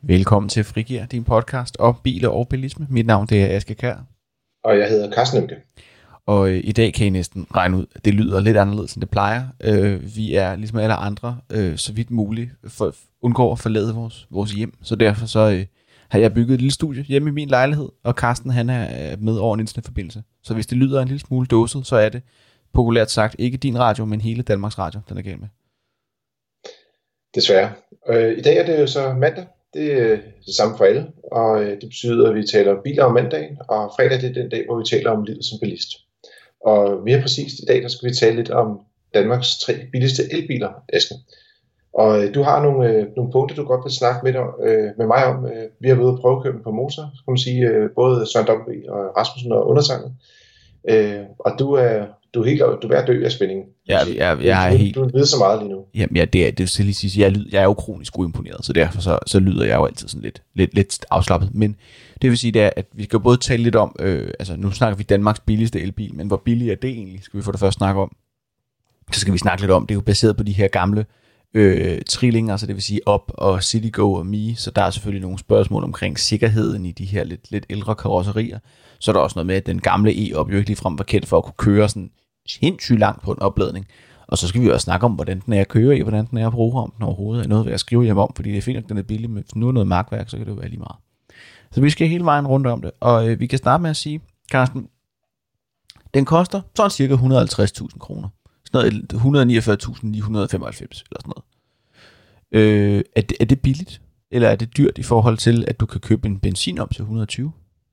Velkommen til Frigir, din podcast om biler og bilisme. Mit navn det er Aske Kjær. Og jeg hedder Carsten Emke. Og i dag kan I næsten regne ud, at det lyder lidt anderledes, end det plejer. Vi er ligesom alle andre, så vidt muligt, undgår at forlade vores hjem. Så derfor så har jeg bygget et lille studie hjemme i min lejlighed, og Carsten han er med over en internetforbindelse. Så hvis det lyder en lille smule dåset, så er det populært sagt ikke din radio, men hele Danmarks Radio, den er galt med. Desværre. I dag er det jo så mandag. Det er det samme for alle, og det betyder, at vi taler biler om mandagen, og fredag det er den dag, hvor vi taler om livet som bilist. Og mere præcist i dag, der skal vi tale lidt om Danmarks 3 billigste elbiler, Aske. Og du har nogle punkter, du godt vil snakke med mig om. Vi har været ude at prøve at køre dem på motor, kan man sige, både Søren W. og Rasmussen og undertegnet. Og du er ved at dø af spændingen. Jeg er helt... Du ved så meget lige nu. Jamen ja, det skal lige sige, jeg er jo kronisk uimponeret, så derfor så lyder jeg jo altid sådan lidt afslappet. Men det vil sige, det er, at vi skal både tale lidt om, altså nu snakker vi Danmarks billigste elbil, men hvor billig er det egentlig, skal vi for det første snakke om. Så skal vi snakke lidt om, det er jo baseret på de her gamle trillinger, altså det vil sige Up og Citigo og Mi, så der er selvfølgelig nogle spørgsmål omkring sikkerheden i de her lidt ældre karosserier. Så er der også noget med, at den gamle E-Up jo ikke ligefrem var kendt for at kunne køre sådan sindssygt langt på en opladning. Og så skal vi også snakke om, hvordan den er at køre i, hvordan den er at bruge, om den overhovedet er noget ved at skrive hjem om, fordi det er fint, at den er billig, men hvis nu er noget markværk, så kan det jo være lige meget. Så vi skal hele vejen rundt om det, og vi kan starte med at sige, Carsten, den koster sådan cirka 150.000 kroner. Sådan noget 149.995 eller sådan noget. Er det billigt, eller er det dyrt i forhold til, at du kan købe en benzin op til 120?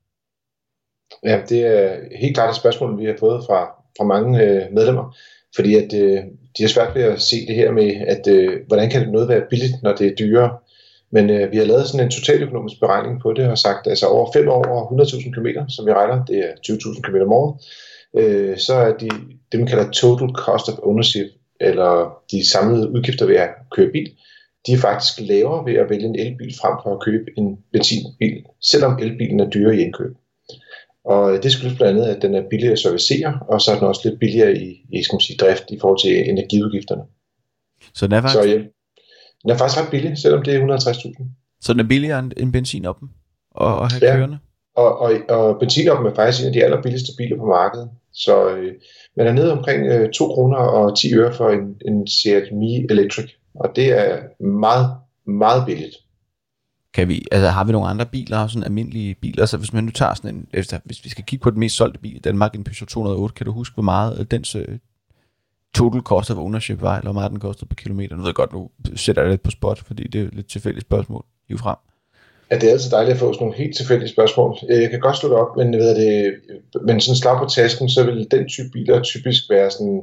Ja, det er helt klart et spørgsmål, vi har fået fra mange medlemmer, fordi at de har svært ved at se det her med, at hvordan kan noget være billigt, når det er dyrere. Men vi har lavet sådan en totaløkonomisk beregning på det og sagt, altså over 5 år og 100.000 km, som vi regner, det er 20.000 km om året, så er det, man kalder total cost of ownership, eller de samlede udgifter ved at køre bil, de er faktisk lavere ved at vælge en elbil frem for at købe en benzinbil, selvom elbilen er dyrere i indkøb. Og det skyldes blandt andet, at den er billigere at servicere, og så er den også lidt billigere i skal man sige, drift i forhold til energiudgifterne. Så den er faktisk... den er faktisk ret billig, selvom det er 150.000. Så den er billigere end benzin op og have kørende? Og benzin op er faktisk en af de allerbilligste biler på markedet. Så man er nede omkring 2 kroner og 10 øre for en Seat Mii Electric. Og det er meget, meget billigt. Har vi nogle andre biler, sådan almindelige biler, så hvis man nu tager sådan hvis vi skal kigge på den mest solgte bil i Danmark, en Peugeot 208, kan du huske, hvor meget dens total cost of ownership var, eller hvor meget den kostede per kilometer? Nu ved jeg godt, nu sætter jeg lidt på spot, fordi det er lidt tilfældigt spørgsmål hive frem. Ja, det er altid dejligt at få sådan nogle helt tilfældige spørgsmål. Jeg kan godt slå det op, men sådan slag på tasken, så vil den type biler typisk være sådan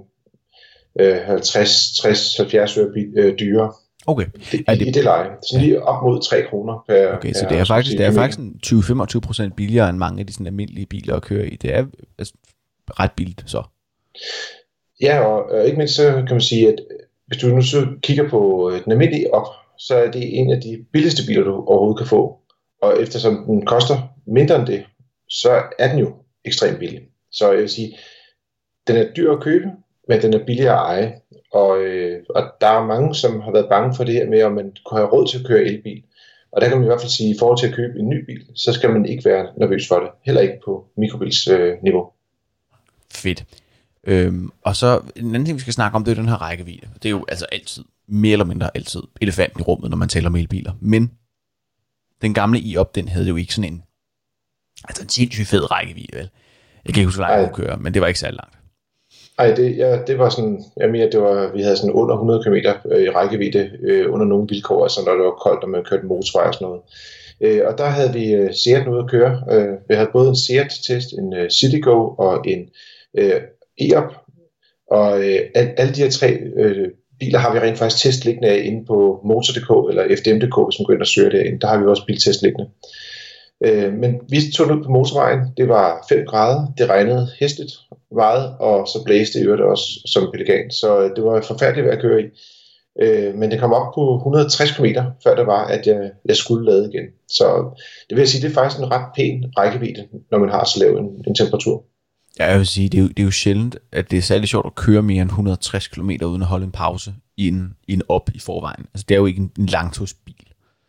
50, 60, 70 øre dyrere. Okay. I det leje. Så lige op mod 3 kroner per... Okay, så det er faktisk 20-25% billigere end mange af de sådan almindelige biler at køre i. Det er altså ret billigt så. Ja, og ikke mindst så kan man sige, at hvis du nu så kigger på den almindelige op, så er det en af de billigste biler, du overhovedet kan få. Og eftersom den koster mindre end det, så er den jo ekstremt billig. Så jeg vil sige, den er dyr at købe, men den er billigere at eje. Og der er mange, som har været bange for det her med, om man kunne have råd til at køre elbil. Og der kan man i hvert fald sige, at i forhold til at købe en ny bil, så skal man ikke være nervøs for det. Heller ikke på mikrobils niveau. Fedt. Og så en anden ting, vi skal snakke om, det er den her rækkevidde. Det er jo altså altid, mere eller mindre altid, elefanten i rummet, når man taler om elbiler. Men den gamle i-op, den havde jo ikke sådan en sindssygt fed rækkevidde, vel? Jeg kan ikke huske, hvor langt kunne køre, men det var ikke særlig langt. Ej, det var sådan, vi havde sådan under 100 km i rækkevidde under nogle vilkår, altså når det var koldt, og man kørte motorvej og sådan noget. Og der havde vi Seat ude at køre. Vi havde både en Seat-test, en Citigo og en E-Up. Og alle de her 3 biler har vi rent faktisk test liggende af inde på motor.dk eller fdm.dk, hvis man går ind og søger derinde. Der har vi også biltest liggende. Men vi tog det ud på motorvejen. Det var 5 grader. Det regnede hæsligt meget, og så blæste det også som pelikan. Så det var forfærdeligt at køre i. Men det kom op på 160 km, før det var, at jeg skulle lade igen. Så det vil jeg sige, det er faktisk en ret pæn rækkevidde, når man har så lav en temperatur. Ja, jeg vil sige, det er jo sjældent, at det er særlig sjovt at køre mere end 160 km uden at holde en pause i en op i forvejen. Altså det er jo ikke en langtursbil.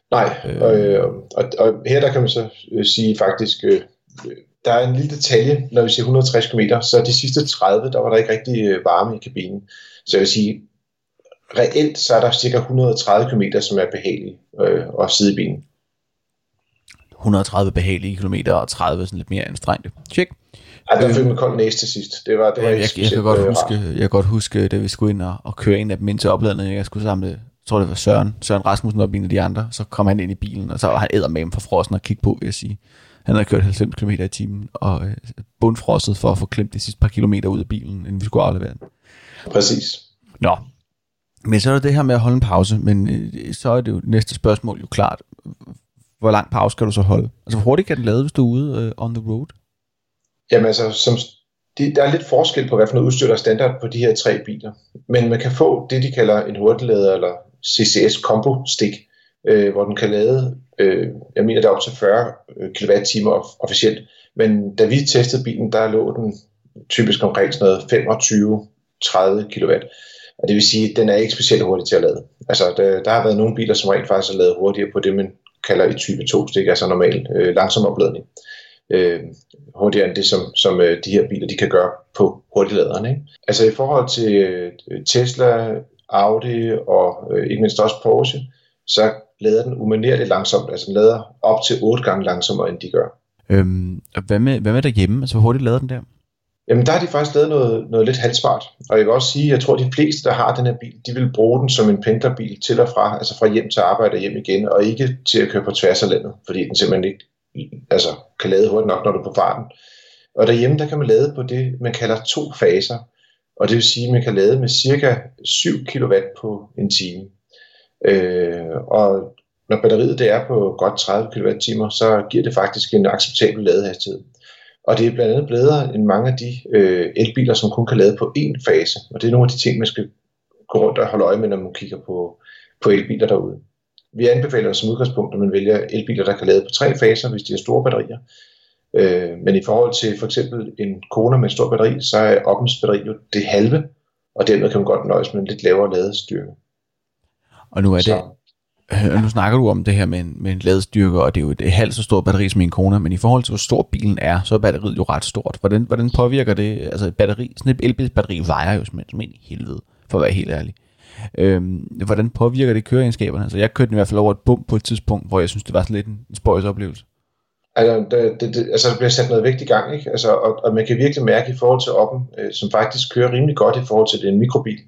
Nej, og her der kan man så sige faktisk, der er en lille detalje, når vi siger 160 km, så de sidste 30, der var der ikke rigtig varme i kabinen. Så jeg vil sige, reelt så er der cirka 130 km, som er behagelige at sidde i bilen. 130 behagelige kilometer og 30 sådan lidt mere anstrengte. Check. Ej, der fik man kold næse til sidst. Det var jeg kan godt huske, da vi skulle ind og køre en af dem ind til opladningen. Jeg skulle samle, jeg tror det var Søren Rasmussen op en af de andre. Så kom han ind i bilen, og så var han eddermame for frossen og kigge på, vil jeg sige. Han havde kørt 90 km i timen og bundfrosset for at få klemt de sidste par kilometer ud af bilen, inden vi skulle aflevere den. Præcis. Nå, men så er det her med at holde en pause, men så er det jo næste spørgsmål jo klart. Hvor lang pause skal du så holde? Altså, hvor hurtigt kan den lade, hvis du er ude on the road? Jamen altså, der er lidt forskel på, hvad for noget udstyr der er standard på de her 3 biler. Men man kan få det, de kalder en hurtiglader, eller CCS Combo Stick, hvor den kan lade, jeg mener, der er op til 40 kWh officielt. Men da vi testede bilen, der lå den typisk omkring sådan noget 25-30 kW. Og det vil sige, at den er ikke specielt hurtig til at lade. Altså, der har været nogle biler, som rent faktisk har lavet hurtigere på det, man kalder i type 2 stik, altså normal langsom opladning. Hurtigere end det, som de her biler de kan gøre på hurtigladeren. Ikke? Altså i forhold til Tesla, Audi og ikke mindst også Porsche, så lader den umanerligt langsomt. Altså den lader op til 8 gange langsommere, end de gør. Hvad med derhjemme? Altså hvor hurtigt lader den der? Jamen der har de faktisk lavet noget lidt halvsmart. Og jeg vil også sige, at jeg tror, at de fleste, der har den her bil, de vil bruge den som en pendlerbil til og fra, altså fra hjem til arbejde og hjem igen, og ikke til at køre på tværs af landet, fordi den simpelthen ikke kan lade hurtigt nok, når du er på farten. Og derhjemme, der kan man lade på det, man kalder 2 faser. Og det vil sige, at man kan lade med cirka 7 kW på en time. Og når batteriet det er på godt 30 kWh, så giver det faktisk en acceptabel ladehastighed. Og det er blandt andet bedre end mange af de elbiler, som kun kan lade på én fase. Og det er nogle af de ting, man skal gå rundt og holde øje med, når man kigger på elbiler derude. Vi anbefaler som udgangspunkt, at man vælger elbiler, der kan lade på 3 faser, hvis de har store batterier. Men i forhold til for eksempel en Kona med en stor batteri, så er Oppens batteri jo det halve, og dermed kan man godt nøjes med en lidt lavere ladestyrke. Og nu er det... Nu snakker du om det her med en ladestyrke, og det er jo et halvt så stort batteri som en Kona, men i forhold til hvor stor bilen er, så er batteriet jo ret stort. Hvordan påvirker det? Altså et batteri, sådan et elbilsbatteri vejer jo som en helvede, for at være helt ærlig. Hvordan påvirker det køreegenskaberne? Altså jeg kørte den i hvert fald over et bump på et tidspunkt, hvor jeg synes det var sådan lidt en spøjs oplevelse. Altså der bliver sat noget vægt i gang, ikke? Altså, og man kan virkelig mærke i forhold til Oppen, som faktisk kører rimelig godt i forhold til det en mikrobil.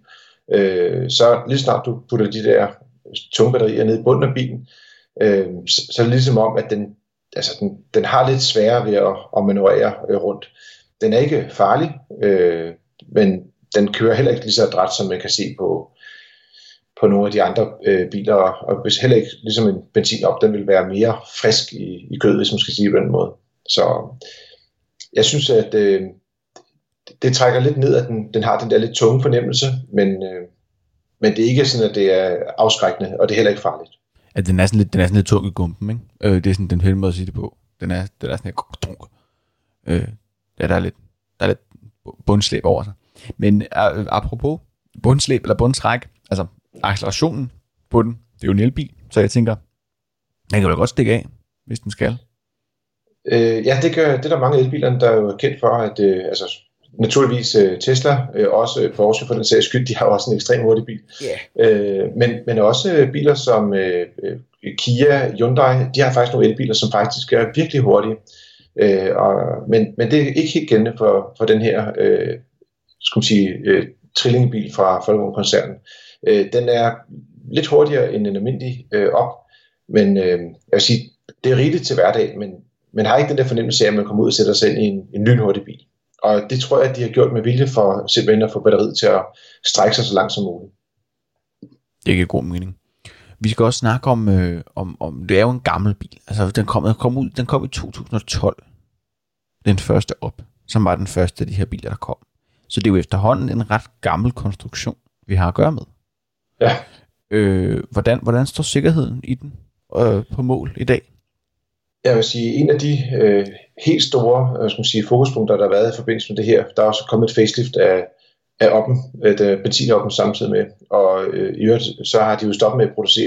Så lige snart du putter de der tunge batterier ned i bunden af bilen, så er det ligesom om, at den har lidt sværere ved at manøvrere rundt. Den er ikke farlig, men den kører heller ikke lige så adræt, som man kan se på nogle af de andre biler, og hvis heller ikke ligesom en benzin op, den vil være mere frisk i kødet, hvis man skal sige på den måde. Så jeg synes, at det trækker lidt ned, at den har den der lidt tunge fornemmelse, men det er ikke sådan, at det er afskrækkende, og det er heller ikke farligt. At den er sådan lidt tung i gumpen, ikke? Det er sådan den pæne måde at sige det på. Den er sådan her der er lidt bundslæb over sig. Men apropos bundslæb eller bundstræk, altså accelerationen på den, det er jo en elbil, så jeg tænker, den kan jo godt stikke af, hvis den skal. Ja, det er der mange elbiler, der er jo kendt for, at naturligvis Tesla, også Porsche for den sags skyld, de har også en ekstremt hurtig bil. Yeah. Men også biler som Kia, Hyundai, de har faktisk nogle elbiler, som faktisk er virkelig hurtige. Men det er ikke helt gældende for den her trillingebil fra Volkswagen-koncernen. Den er lidt hurtigere end en almindelig op, men jeg vil sige, det er rigeligt til hverdag, men man har ikke den der fornemmelse af, at man kommer ud og sætter sig ind i en lynhurtig bil. Og det tror jeg, at de har gjort med vilje for simpelthen at få batteriet til at strække sig så langt som muligt. Det giver god mening. Vi skal også snakke om det er jo en gammel bil. Altså den kom i 2012. Den første op, som var den første af de her biler, der kom. Så det er jo efterhånden en ret gammel konstruktion, vi har at gøre med. Ja. Hvordan står sikkerheden i den på mål i dag? Jeg vil sige, en af de helt store fokuspunkter, der har været i forbindelse med det her, der er også kommet et facelift af Oppen, benzinoppen samtidig med, og i øvrigt så har de jo stoppet med at producere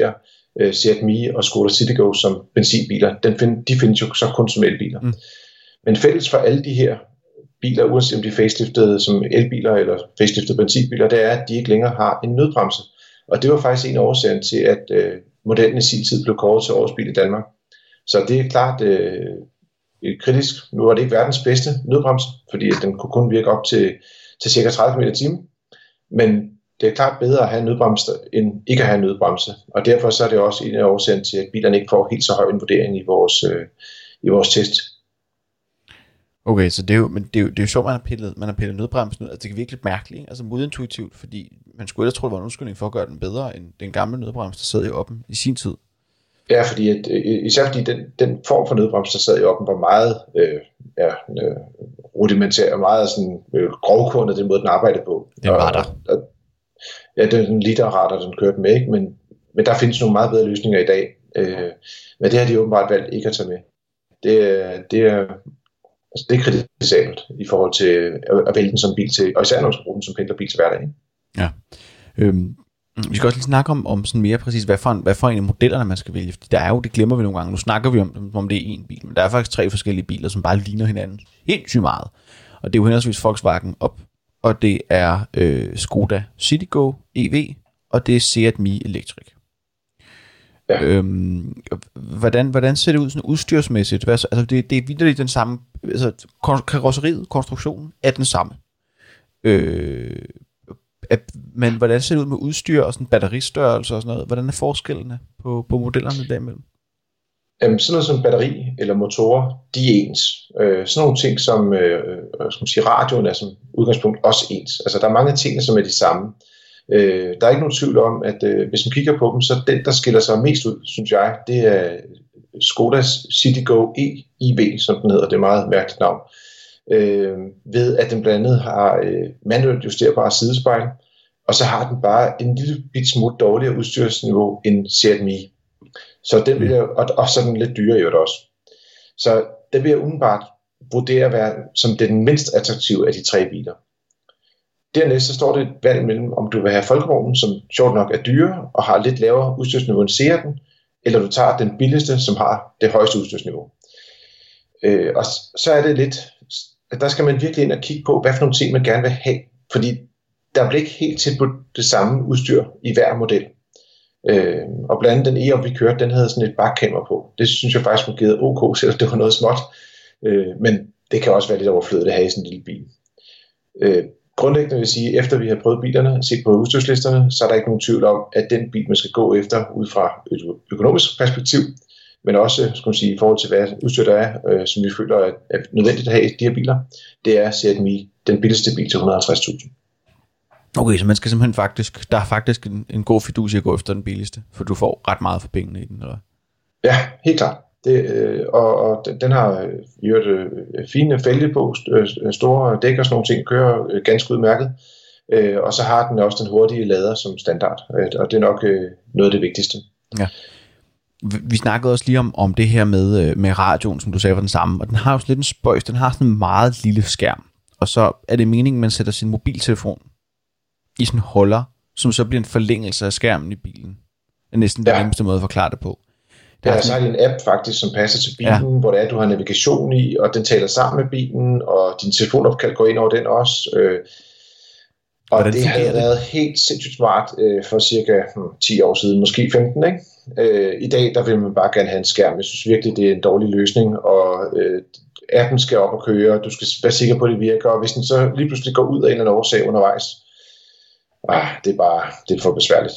Seat Mii og Skoda Citigo som benzinbiler. De findes jo så kun som elbiler. Men fælles for alle de her biler, uanset om de er faceliftede som elbiler eller faceliftede benzinbiler, det er, at de ikke længere har en nødbremse. Og det var faktisk en af årsagerne til, at modellen i sin tid blev kåret til årets bil i Danmark. Så det er klart kritisk. Nu var det ikke verdens bedste nødbremse, fordi den kunne kun virke op til ca. 30 km/t. Men det er klart bedre at have en nødbremse, end ikke at have en nødbremse. Og derfor så er det også en af årsagerne til, at bilerne ikke får helt så høj en vurdering i vores test. Okay, så det er jo sjovt, man har pillet nødbremsen ud. Altså, det kan virkelig mærkeligt, altså modintuitivt, fordi man skulle ellers tro, det var en undskyldning for at gøre den bedre, end den gamle nødbremse, der sad i oppen i sin tid. Ja, især fordi den form for nødbremse, der sad i oppen, var meget rudimentær og meget sådan, grovkornet, den måde, den arbejdede på. Den var der. Ja, det er en literradar, den kørte med, ikke? Men der findes nogle meget bedre løsninger i dag. Men det har de åbenbart valgt ikke at tage med. Det er kritisabelt i forhold til at vælge den som bil til, og især når man skal bruge den som pendlerbil til hverdag. Ikke? Ja. Vi skal også lige snakke om sådan mere præcis, hvad for en af modellerne man skal vælge. Fordi der er jo, det glemmer vi nogle gange. Nu snakker vi om det er en bil, men der er faktisk 3 forskellige biler, som bare ligner hinanden helt sygt meget. Og det er jo henholdsvis Volkswagen Up, og det er Skoda Citigo EV, og det er Seat Mii Electric. Ja. Hvordan ser det ud sådan udstyrsmæssigt? Altså det er vitterligt den samme, altså karrosseriet, konstruktionen er den samme. Men hvordan ser det ud med udstyr og sådan batteristørrelse og sådan noget? Hvordan er forskellene på modellerne derimellem? Sådan noget som batteri eller motorer, de er ens. Sådan nogle ting som radioen er som udgangspunkt også ens. Altså der er mange ting, som er de samme. Der er ikke nogen tvivl om, at hvis man kigger på dem, så den, der skiller sig mest ud, synes jeg, det er Skodas Citigo EV, som den hedder. Det er et meget mærkeligt navn. Ved at den blandt andet har manuelt justerbare sidespejl, og så har den bare en lille bit smule dårligere udstyrsniveau end Seat Mii. Så den vil jeg, og så er den lidt dyrere i øvrigt også. Så det vil jeg umiddelbart vurdere at være som den mindst attraktive af de 3 biler. Dernæst så står det et valg mellem, om du vil have Folkevognen, som sjovt nok er dyre og har lidt lavere udstyrsniveau end Seaten, eller du tager den billigste, som har det højeste udstyrsniveau. Og så er det lidt, der skal man virkelig ind og kigge på, hvad for nogle ting man gerne vil have, fordi der bliver ikke helt tæt på det samme udstyr i hver model. Og blandt andet den E-op, vi kørte, den havde sådan et bakkamera på. Det synes jeg faktisk fungerede ok, selvom det var noget småt. Men det kan også være lidt overflødigt at have i sådan en lille bil. Grundlæggende vil jeg sige, efter vi har prøvet bilerne, set på udstyrslisterne, så er der ikke nogen tvivl om, at den bil, man skal gå efter ud fra et økonomisk perspektiv, men også skal man sige, i forhold til hvad udstyr der er, som vi føler er nødvendigt at have i de her biler, det er Seat Mii, den billigste bil til 150.000. Okay, så man skal simpelthen der er faktisk en god fidus i at gå efter den billigste, for du får ret meget for pengene i den, eller? Ja, helt klart. Og den har fine fælge på, store dæk og sådan nogle ting, kører ganske udmærket. Og så har den også den hurtige lader som standard, og det er nok noget af det vigtigste. Ja. Vi snakkede også lige om det her med radioen, som du sagde var den samme, og den har jo lidt en spøjs, den har sådan en meget lille skærm, og så er det meningen, man sætter sin mobiltelefon i sådan en holder, som så bliver en forlængelse af skærmen i bilen. Det er næsten den nemmeste måde at forklare det på. Ja, så har de en app faktisk, som passer til bilen, hvor det er, du har navigation i, og den taler sammen med bilen, og din telefonopkald går ind over den også. Og det havde været helt sindssygt smart for cirka 10 år siden, måske 15, ikke? I dag, der vil man bare gerne have en skærm. Jeg synes virkelig, det er en dårlig løsning, og appen skal op og køre, du skal være sikker på, at det virker, og hvis den så lige pludselig går ud af en eller anden årsag undervejs, det er for besværligt.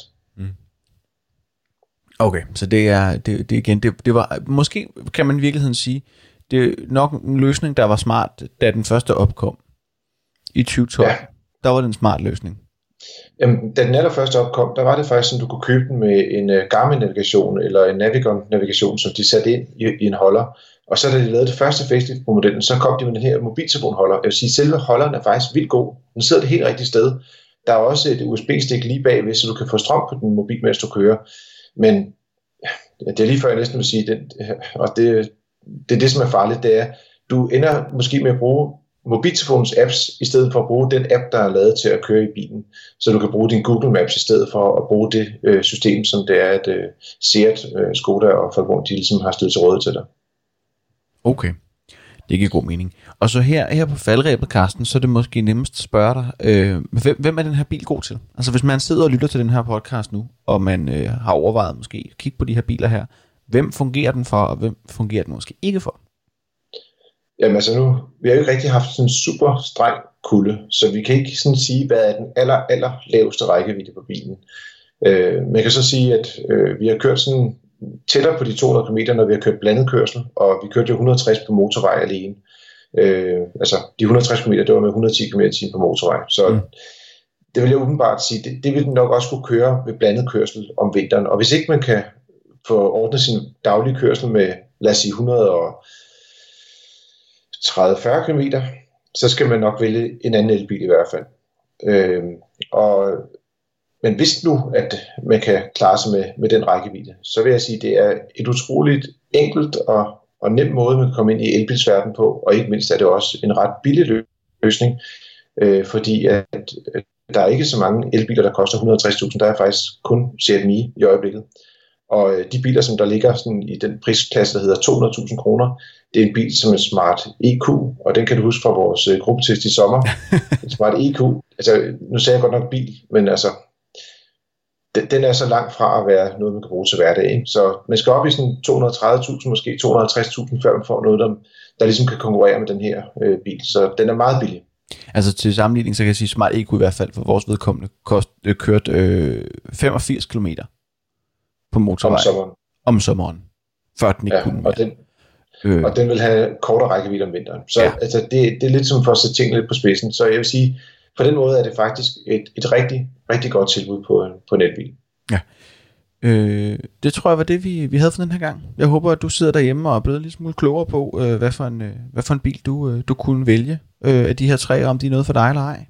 Okay, så det var, måske kan man i virkeligheden sige, det er nok en løsning, der var smart, da den første opkom i 2012. Ja. Der var det en smart løsning. Jamen, da den allerførste opkom, der var det faktisk sådan, du kunne købe den med en Garmin-navigation eller en Navigon-navigation, som de satte ind i en holder. Og så da de lavede det første facelift på modellen, så kom de med den her mobiltelefonholder. Jeg vil sige, selve holderen er faktisk vildt god. Den sidder det helt rigtige sted. Der er også et USB-stik lige bagved, så du kan få strøm på din mobil, mens du kører. Men det er lige før jeg næsten vil sige, og det er det, som er farligt, det er, du ender måske med at bruge mobiltelefonens apps, i stedet for at bruge den app, der er lavet til at køre i bilen. Så du kan bruge din Google Maps i stedet for at bruge det system, som det er, at Seat, Skoda og Volkswagen, de ligesom har stillet til rådighed til dig. Okay, det giver god mening. Og så her på faldrebet, Carsten, så er det måske nemmest at spørge dig, hvem er den her bil god til? Altså hvis man sidder og lytter til den her podcast nu, og man har overvejet måske at kigge på de her biler her, hvem fungerer den for, og hvem fungerer den måske ikke for? Jamen altså nu, vi har jo ikke rigtig haft sådan en super streng kulde, så vi kan ikke sådan sige, hvad er den aller laveste rækkevidde på bilen. Man kan så sige, at vi har kørt sådan tættere på de 200 km, når vi har kørt blandet kørsel, og vi kørte jo 160 på motorvej alene. Altså de 160 km, det var med 110 km/t på motorvej, så det vil jeg åbenbart sige, det vil den nok også kunne køre ved blandet kørsel om vinteren. Og hvis ikke man kan få ordnet sin daglige kørsel med, lad os sige 130-40 km, så skal man nok vælge en anden elbil i hvert fald. Men hvis nu, at man kan klare sig med den rækkevidde, så vil jeg sige, at det er et utroligt enkelt og nem måde, man kan komme ind i elbilsverdenen på, og ikke mindst er det også en ret billig løsning, fordi at der er ikke så mange elbiler, der koster 160.000, der er faktisk kun Seat Mii i øjeblikket. Og de biler, som der ligger sådan i den prisklasse, der hedder 200.000 kroner, det er en bil som en Smart EQ, og den kan du huske fra vores gruppetest i sommer. En Smart EQ, altså nu sagde jeg godt nok bil, men altså den er så langt fra at være noget, man kan bruge til hverdag. Ikke? Så man skal op i sådan 230.000, måske 250.000, før man får noget, der ligesom kan konkurrere med den her bil. Så den er meget billig. Altså til sammenligning, så kan jeg sige, Smart EQ i hvert fald for vores vedkommende kørt 85 km på motorvej om sommeren, før den ikke kunne mere. Og den vil have kortere rækkevidde om vinteren. Så altså, det er lidt som for at sætte tingene lidt på spidsen. Så jeg vil sige, på den måde er det faktisk et rigtig, rigtig godt tilbud på en elbil. Ja. Det tror jeg var det, vi havde for den her gang. Jeg håber, at du sidder derhjemme og er blevet lidt smule klogere på, hvad for en bil du kunne vælge af de her tre, om de er noget for dig eller ej.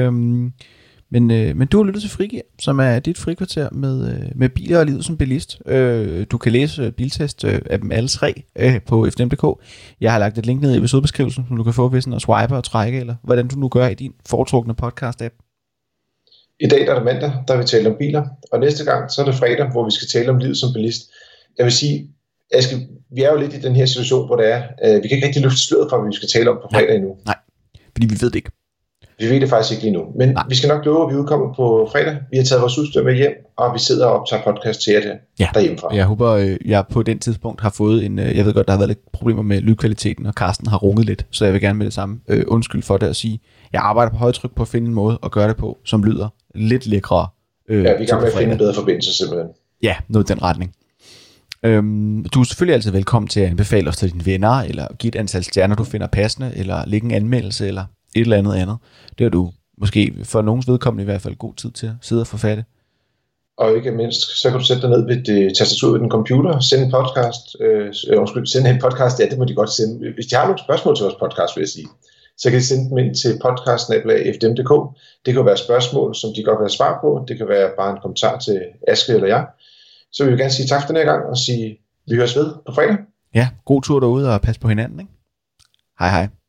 Men du har lyttet til Frigir, som er dit frikvarter med biler og livet som bilist. Du kan læse biltest af dem alle tre på fdm.dk. Jeg har lagt et link ned i episodebeskrivelsen, som du kan få ved sådan at swipe og trække, eller hvordan du nu gør i din foretrukne podcast-app. I dag der er det mandag, der vil vi tale om biler, og næste gang så er det fredag, hvor vi skal tale om livet som bilist. Jeg vil sige, vi er jo lidt i den her situation, hvor det er, vi kan ikke rigtig løfte sløret for, hvad vi skal tale om på fredag endnu. Nej, fordi vi ved det ikke. Vi ved det faktisk ikke lige nu, men vi skal nok love, at vi udkommer på fredag. Vi har taget vores udstyr med hjem, og vi sidder og optager podcast til jer derhjemmefra. Jeg håber, jeg på den tidspunkt har fået jeg ved godt, der har været lidt problemer med lydkvaliteten, og Carsten har runget lidt, så jeg vil gerne med det samme undskyld for det at sige, jeg arbejder på højtryk på at finde en måde at gøre det på, som lyder lidt lækrere. Vi er i gang med at finde en bedre forbindelse simpelthen. Ja, noget i den retning. Du er selvfølgelig altid velkommen til at anbefale os til dine venner, eller give et antal stjerner, du finder passende, eller lægge en anmeldelse, eller et eller andet. Det har du måske for nogens vedkommende i hvert fald god tid til at sidde og forfatte. Og ikke mindst, så kan du sætte dig ned ved det tastatur ved din computer, sende en podcast, ja, det må de godt sende. Hvis de har nogle spørgsmål til vores podcast, vil jeg sige, så kan de sende dem ind til podcast@fdm.dk. Det kan være spørgsmål, som de godt vil have svar på. Det kan være bare en kommentar til Aske eller jeg. Så vil vi gerne sige tak for den her gang, og sige, vi høres ved på fredag. Ja, god tur derude, og pas på hinanden, ikke? Hej hej.